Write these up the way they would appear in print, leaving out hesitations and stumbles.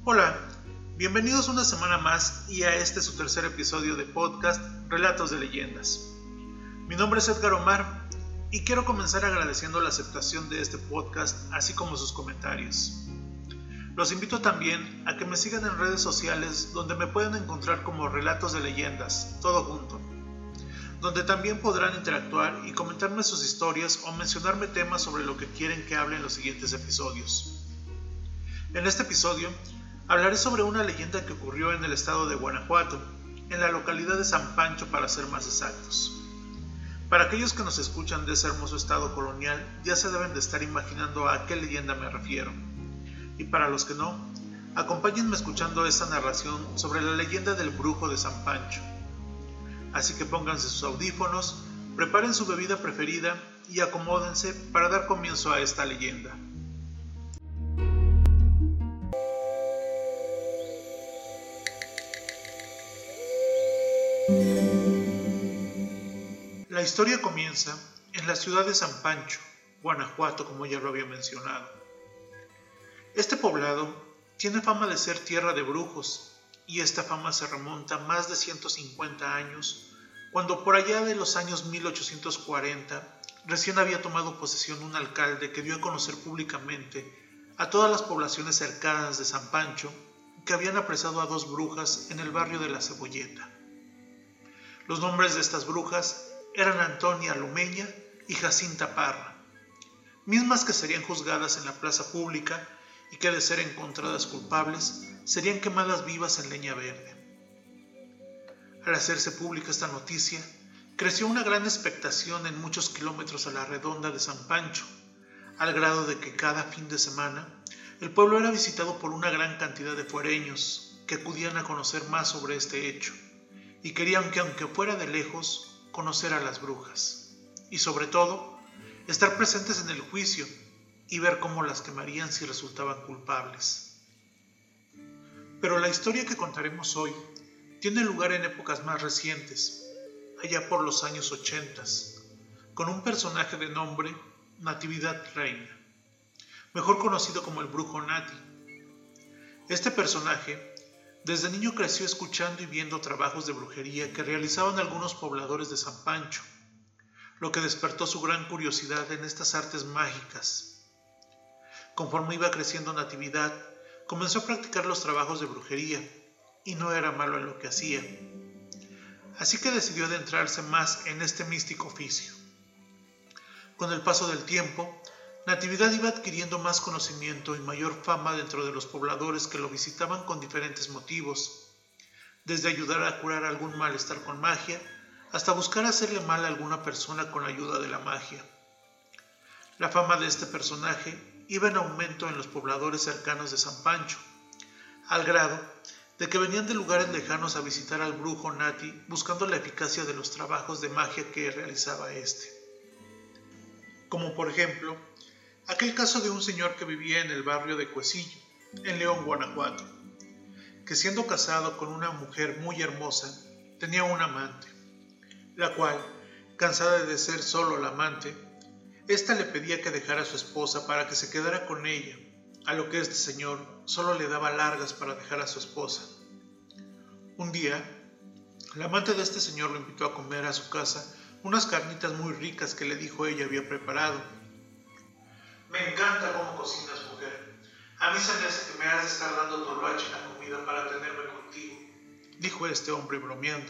Hola, bienvenidos una semana más y a este su tercer episodio de podcast Relatos de Leyendas. Mi nombre es Edgar Omar y quiero comenzar agradeciendo la aceptación de este podcast así como sus comentarios. Los invito también a que me sigan en redes sociales donde me pueden encontrar como Relatos de Leyendas, todo junto, donde también podrán interactuar y comentarme sus historias o mencionarme temas sobre lo que quieren que hable en los siguientes episodios. En este episodio hablaré sobre una leyenda que ocurrió en el estado de Guanajuato, en la localidad de San Pancho para ser más exactos. Para aquellos que nos escuchan de ese hermoso estado colonial, ya se deben de estar imaginando a qué leyenda me refiero. Y para los que no, acompáñenme escuchando esta narración sobre la leyenda del brujo de San Pancho. Así que pónganse sus audífonos, preparen su bebida preferida y acomódense para dar comienzo a esta leyenda. La historia comienza en la ciudad de San Pancho, Guanajuato, como ya lo había mencionado. Este poblado tiene fama de ser tierra de brujos, y esta fama se remonta a más de 150 años, cuando por allá de los años 1840 recién había tomado posesión un alcalde que dio a conocer públicamente a todas las poblaciones cercanas de San Pancho que habían apresado a dos brujas en el barrio de La Cebolleta. Los nombres de estas brujas eran Antonia Lumeña y Jacinta Parra, mismas que serían juzgadas en la plaza pública y que de ser encontradas culpables serían quemadas vivas en leña verde. Al hacerse pública esta noticia, creció una gran expectación en muchos kilómetros a la redonda de San Pancho, al grado de que cada fin de semana el pueblo era visitado por una gran cantidad de fuereños que acudían a conocer más sobre este hecho y querían que, aunque fuera de lejos, conocer a las brujas y sobre todo estar presentes en el juicio y ver cómo las quemarían si resultaban culpables. Pero la historia que contaremos hoy tiene lugar en épocas más recientes, allá por los años 80, con un personaje de nombre Natividad Reina, mejor conocido como el Brujo Nati. Este personaje desde niño creció escuchando y viendo trabajos de brujería que realizaban algunos pobladores de San Pancho, lo que despertó su gran curiosidad en estas artes mágicas. Conforme iba creciendo Natividad, comenzó a practicar los trabajos de brujería, y no era malo en lo que hacía. Así que decidió adentrarse más en este místico oficio. Con el paso del tiempo, Natividad iba adquiriendo más conocimiento y mayor fama dentro de los pobladores que lo visitaban con diferentes motivos, desde ayudar a curar algún malestar con magia, hasta buscar hacerle mal a alguna persona con la ayuda de la magia. La fama de este personaje iba en aumento en los pobladores cercanos de San Pancho, al grado de que venían de lugares lejanos a visitar al brujo Nati buscando la eficacia de los trabajos de magia que realizaba este. Como por ejemplo, aquel caso de un señor que vivía en el barrio de Cuecillo, en León, Guanajuato, que siendo casado con una mujer muy hermosa, tenía un amante, la cual, cansada de ser solo la amante, ésta le pedía que dejara a su esposa para que se quedara con ella, a lo que este señor solo le daba largas para dejar a su esposa. Un día, la amante de este señor lo invitó a comer a su casa unas carnitas muy ricas que le dijo ella había preparado. «Me encanta cómo cocinas, mujer. A mí se me hace que me has de estar dando toloache en la comida para tenerme contigo», dijo este hombre bromeando.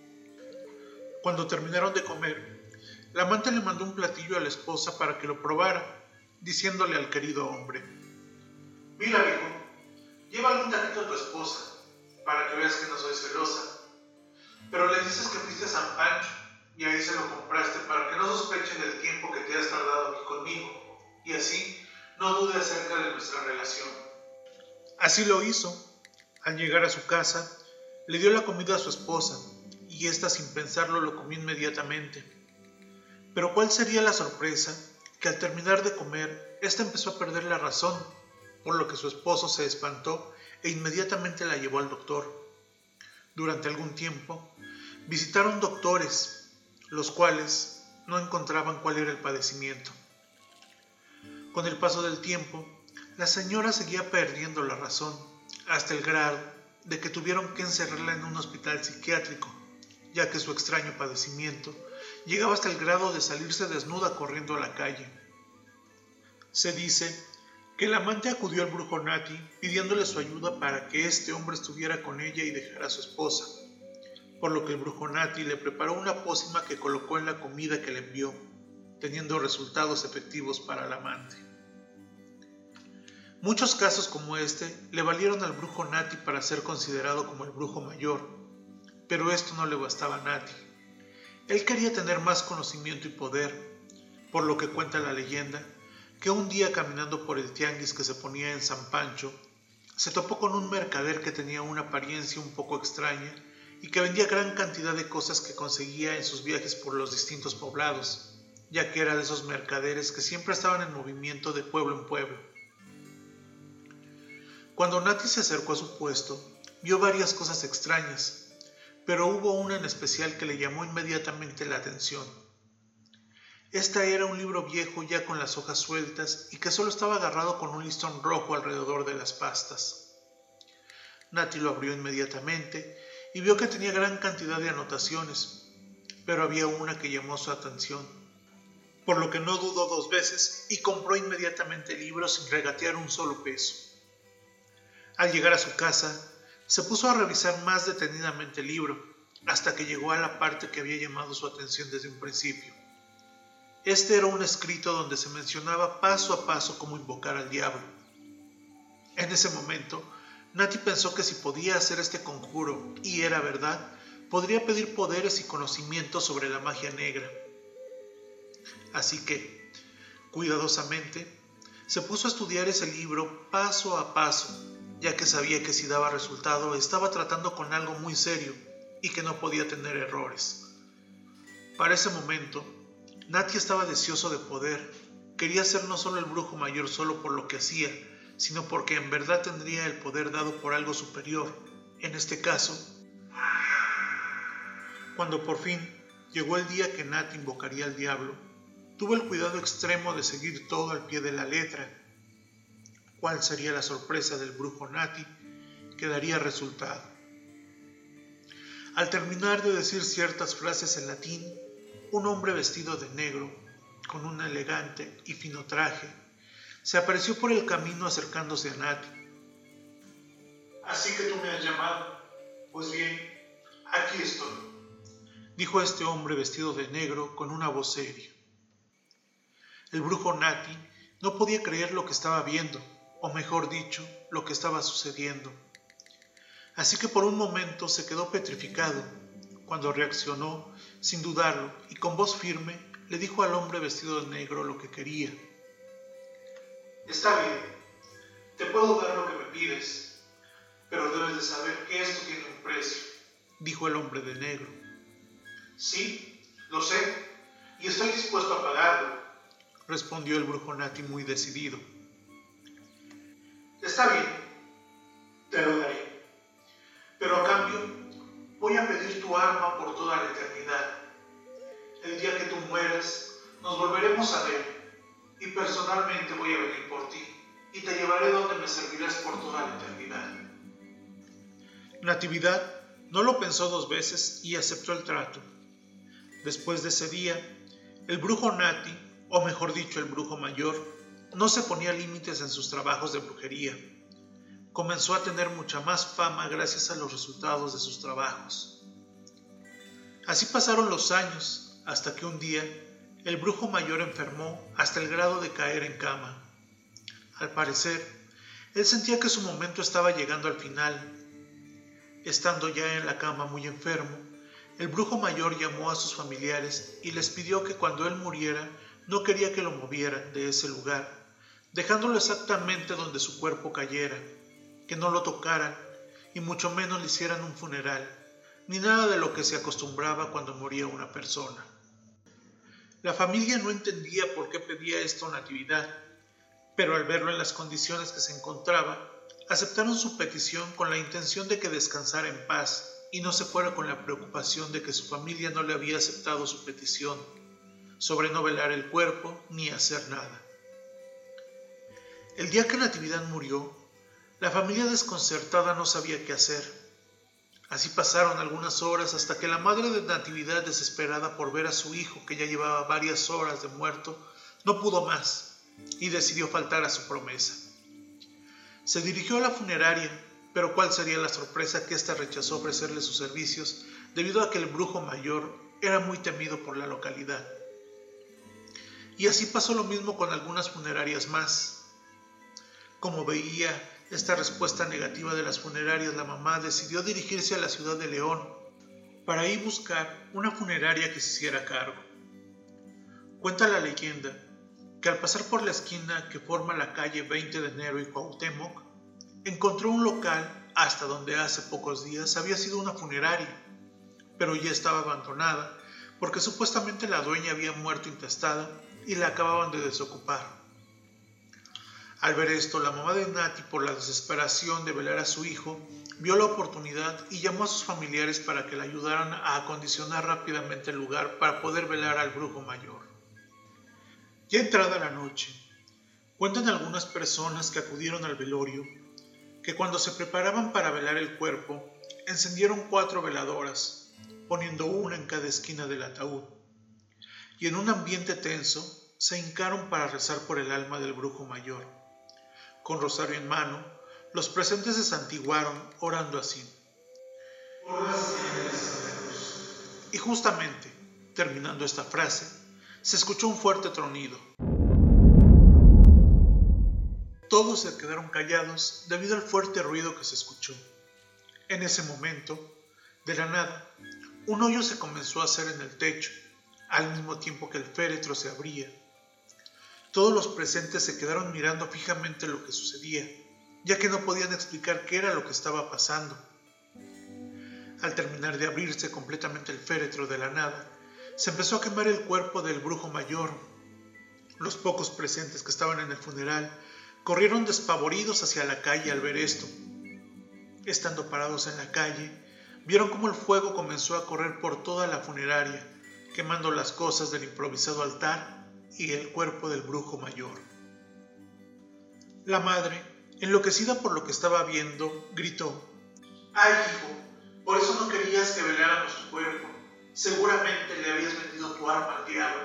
Cuando terminaron de comer, la amante le mandó un platillo a la esposa para que lo probara, diciéndole al querido hombre: «Mira, viejo, llévale un taquito a tu esposa, para que veas que no soy celosa. Pero le dices que fuiste a San Pancho y ahí se lo compraste para que no sospechen del tiempo que te has tardado aquí conmigo, y así no dude acerca de nuestra relación». Así lo hizo. Al llegar a su casa, le dio la comida a su esposa, y ésta sin pensarlo lo comió inmediatamente. Pero ¿cuál sería la sorpresa? Que al terminar de comer, ésta empezó a perder la razón, por lo que su esposo se espantó e inmediatamente la llevó al doctor. Durante algún tiempo, visitaron doctores, los cuales no encontraban cuál era el padecimiento. Con el paso del tiempo, la señora seguía perdiendo la razón, hasta el grado de que tuvieron que encerrarla en un hospital psiquiátrico, ya que su extraño padecimiento llegaba hasta el grado de salirse desnuda corriendo a la calle. Se dice que el amante acudió al brujo Nati pidiéndole su ayuda para que este hombre estuviera con ella y dejara a su esposa, por lo que el brujo Nati le preparó una pócima que colocó en la comida que le envió, teniendo resultados efectivos para el amante. Muchos casos como este le valieron al brujo Nati para ser considerado como el brujo mayor, pero esto no le bastaba a Nati. Él quería tener más conocimiento y poder, por lo que cuenta la leyenda que un día caminando por el tianguis que se ponía en San Pancho, se topó con un mercader que tenía una apariencia un poco extraña y que vendía gran cantidad de cosas que conseguía en sus viajes por los distintos poblados, ya que era de esos mercaderes que siempre estaban en movimiento de pueblo en pueblo. Cuando Nati se acercó a su puesto, vio varias cosas extrañas, pero hubo una en especial que le llamó inmediatamente la atención. Esta era un libro viejo ya con las hojas sueltas y que solo estaba agarrado con un listón rojo alrededor de las pastas. Nati lo abrió inmediatamente y vio que tenía gran cantidad de anotaciones, pero había una que llamó su atención, por lo que no dudó dos veces y compró inmediatamente el libro sin regatear un solo peso. Al llegar a su casa, se puso a revisar más detenidamente el libro, hasta que llegó a la parte que había llamado su atención desde un principio. Este era un escrito donde se mencionaba paso a paso cómo invocar al diablo. En ese momento, Nati pensó que si podía hacer este conjuro, y era verdad, podría pedir poderes y conocimientos sobre la magia negra. Así que, cuidadosamente, se puso a estudiar ese libro paso a paso, ya que sabía que si daba resultado estaba tratando con algo muy serio y que no podía tener errores. Para ese momento, Nati estaba deseoso de poder. Quería ser no solo el brujo mayor solo por lo que hacía, sino porque en verdad tendría el poder dado por algo superior, en este caso. Cuando por fin llegó el día que Nati invocaría al diablo, tuvo el cuidado extremo de seguir todo al pie de la letra. ¿Cuál sería la sorpresa del brujo Nati que daría resultado? Al terminar de decir ciertas frases en latín, un hombre vestido de negro, con un elegante y fino traje, se apareció por el camino acercándose a Nati. «Así que tú me has llamado. Pues bien, aquí estoy», dijo este hombre vestido de negro con una voz seria. El brujo Nati no podía creer lo que estaba viendo, o mejor dicho, lo que estaba sucediendo. Así que por un momento se quedó petrificado, cuando reaccionó, sin dudarlo, y con voz firme, le dijo al hombre vestido de negro lo que quería. «Está bien, te puedo dar lo que me pides, pero debes de saber que esto tiene un precio», dijo el hombre de negro. «Sí, lo sé, y estoy dispuesto a pagarlo», respondió el brujo Nati muy decidido. «Está bien, te lo daré, pero a cambio voy a pedir tu alma por toda la eternidad. El día que tú mueras, nos volveremos a ver, y personalmente voy a venir por ti, y te llevaré donde me servirás por toda la eternidad». Natividad no lo pensó dos veces y aceptó el trato. Después de ese día, el brujo Nati, o mejor dicho el brujo mayor, no se ponía límites en sus trabajos de brujería. Comenzó a tener mucha más fama gracias a los resultados de sus trabajos. Así pasaron los años, hasta que un día el brujo mayor enfermó hasta el grado de caer en cama. Al parecer, él sentía que su momento estaba llegando al final. Estando ya en la cama muy enfermo, el brujo mayor llamó a sus familiares y les pidió que cuando él muriera no quería que lo movieran de ese lugar, dejándolo exactamente donde su cuerpo cayera, que no lo tocaran y mucho menos le hicieran un funeral, ni nada de lo que se acostumbraba cuando moría una persona. La familia no entendía por qué pedía esto Natividad, pero al verlo en las condiciones que se encontraba, aceptaron su petición con la intención de que descansara en paz y no se fuera con la preocupación de que su familia no le había aceptado su petición sobre no velar el cuerpo ni hacer nada. El día que Natividad murió, La familia desconcertada no sabía qué hacer. Así pasaron algunas horas hasta que la madre de Natividad, desesperada por ver a su hijo que ya llevaba varias horas de muerto, no pudo más y decidió faltar a su promesa. Se dirigió a la funeraria, pero cuál sería la sorpresa que ésta rechazó ofrecerle sus servicios debido a que el brujo mayor era muy temido por la localidad. Y así pasó lo mismo con algunas funerarias más. Como veía esta respuesta negativa de las funerarias, la mamá decidió dirigirse a la ciudad de León para ahí buscar una funeraria que se hiciera cargo. Cuenta la leyenda que al pasar por la esquina que forma la calle 20 de enero y Cuauhtémoc, encontró un local hasta donde hace pocos días había sido una funeraria, pero ya estaba abandonada porque supuestamente la dueña había muerto intestada y la acababan de desocupar. Al ver esto, la mamá de Nati, por la desesperación de velar a su hijo, vio la oportunidad y llamó a sus familiares para que la ayudaran a acondicionar rápidamente el lugar para poder velar al brujo mayor. Ya entrada la noche, cuentan algunas personas que acudieron al velorio que cuando se preparaban para velar el cuerpo, encendieron 4 veladoras, poniendo una en cada esquina del ataúd, y en un ambiente tenso se hincaron para rezar por el alma del brujo mayor. Con rosario en mano, los presentes se santiguaron orando así: por la señal de Santa Cruz. Y justamente, terminando esta frase, se escuchó un fuerte tronido. Todos se quedaron callados debido al fuerte ruido que se escuchó. En ese momento, de la nada, un hoyo se comenzó a hacer en el techo, al mismo tiempo que el féretro se abría. Todos los presentes se quedaron mirando fijamente lo que sucedía, ya que no podían explicar qué era lo que estaba pasando. Al terminar de abrirse completamente el féretro, de la nada, se empezó a quemar el cuerpo del brujo mayor. Los pocos presentes que estaban en el funeral corrieron despavoridos hacia la calle al ver esto. Estando parados en la calle, vieron cómo el fuego comenzó a correr por toda la funeraria, quemando las cosas del improvisado altar y el cuerpo del brujo mayor. La madre, enloquecida por lo que estaba viendo, gritó: ¡Ay, hijo! Por eso no querías que veláramos tu cuerpo. Seguramente le habías vendido tu alma al diablo.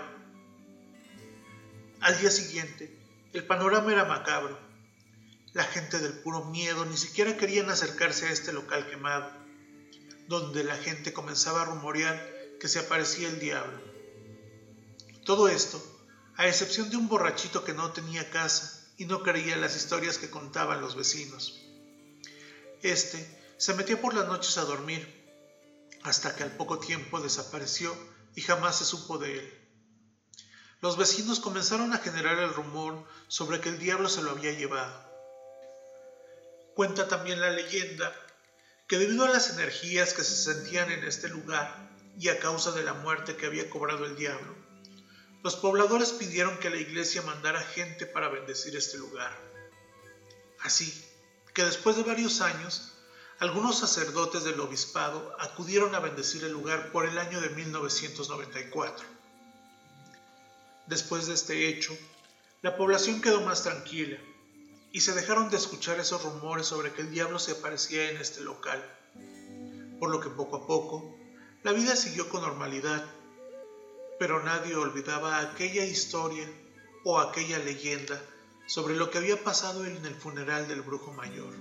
Al día siguiente, el panorama era macabro. La gente del puro miedo ni siquiera querían acercarse a este local quemado, donde la gente comenzaba a rumorear que se aparecía el diablo. Todo esto, a excepción de un borrachito que no tenía casa y no creía las historias que contaban los vecinos. Este se metía por las noches a dormir, hasta que al poco tiempo desapareció y jamás se supo de él. Los vecinos comenzaron a generar el rumor sobre que el diablo se lo había llevado. Cuenta también la leyenda que debido a las energías que se sentían en este lugar y a causa de la muerte que había cobrado el diablo, los pobladores pidieron que la iglesia mandara gente para bendecir este lugar. Así que después de varios años, algunos sacerdotes del obispado acudieron a bendecir el lugar por el año de 1994. Después de este hecho, la población quedó más tranquila y se dejaron de escuchar esos rumores sobre que el diablo se aparecía en este local, por lo que poco a poco la vida siguió con normalidad, pero nadie olvidaba aquella historia o aquella leyenda sobre lo que había pasado en el funeral del brujo mayor.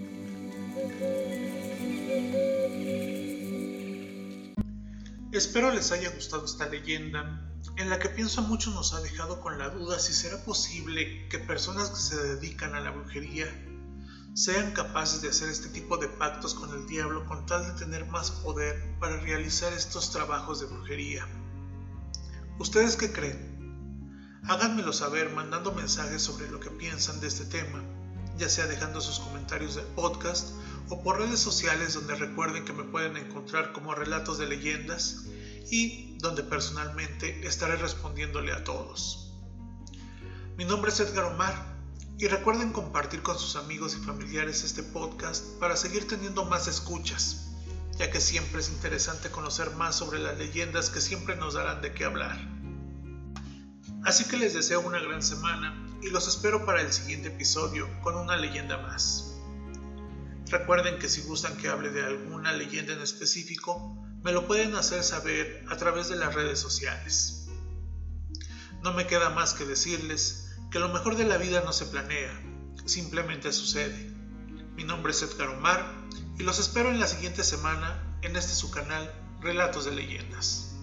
Espero les haya gustado esta leyenda, en la que pienso mucho nos ha dejado con la duda si será posible que personas que se dedican a la brujería sean capaces de hacer este tipo de pactos con el diablo con tal de tener más poder para realizar estos trabajos de brujería. ¿Ustedes qué creen? Háganmelo saber mandando mensajes sobre lo que piensan de este tema, ya sea dejando sus comentarios del podcast o por redes sociales, donde recuerden que me pueden encontrar como Relatos de Leyendas y donde personalmente estaré respondiéndole a todos. Mi nombre es Edgar Omar y recuerden compartir con sus amigos y familiares este podcast para seguir teniendo más escuchas, ya que siempre es interesante conocer más sobre las leyendas que siempre nos darán de qué hablar. Así que les deseo una gran semana y los espero para el siguiente episodio con una leyenda más. Recuerden que si gustan que hable de alguna leyenda en específico, me lo pueden hacer saber a través de las redes sociales. No me queda más que decirles que lo mejor de la vida no se planea, simplemente sucede. Mi nombre es Edgar Omar y los espero en la siguiente semana en este su canal Relatos de Leyendas.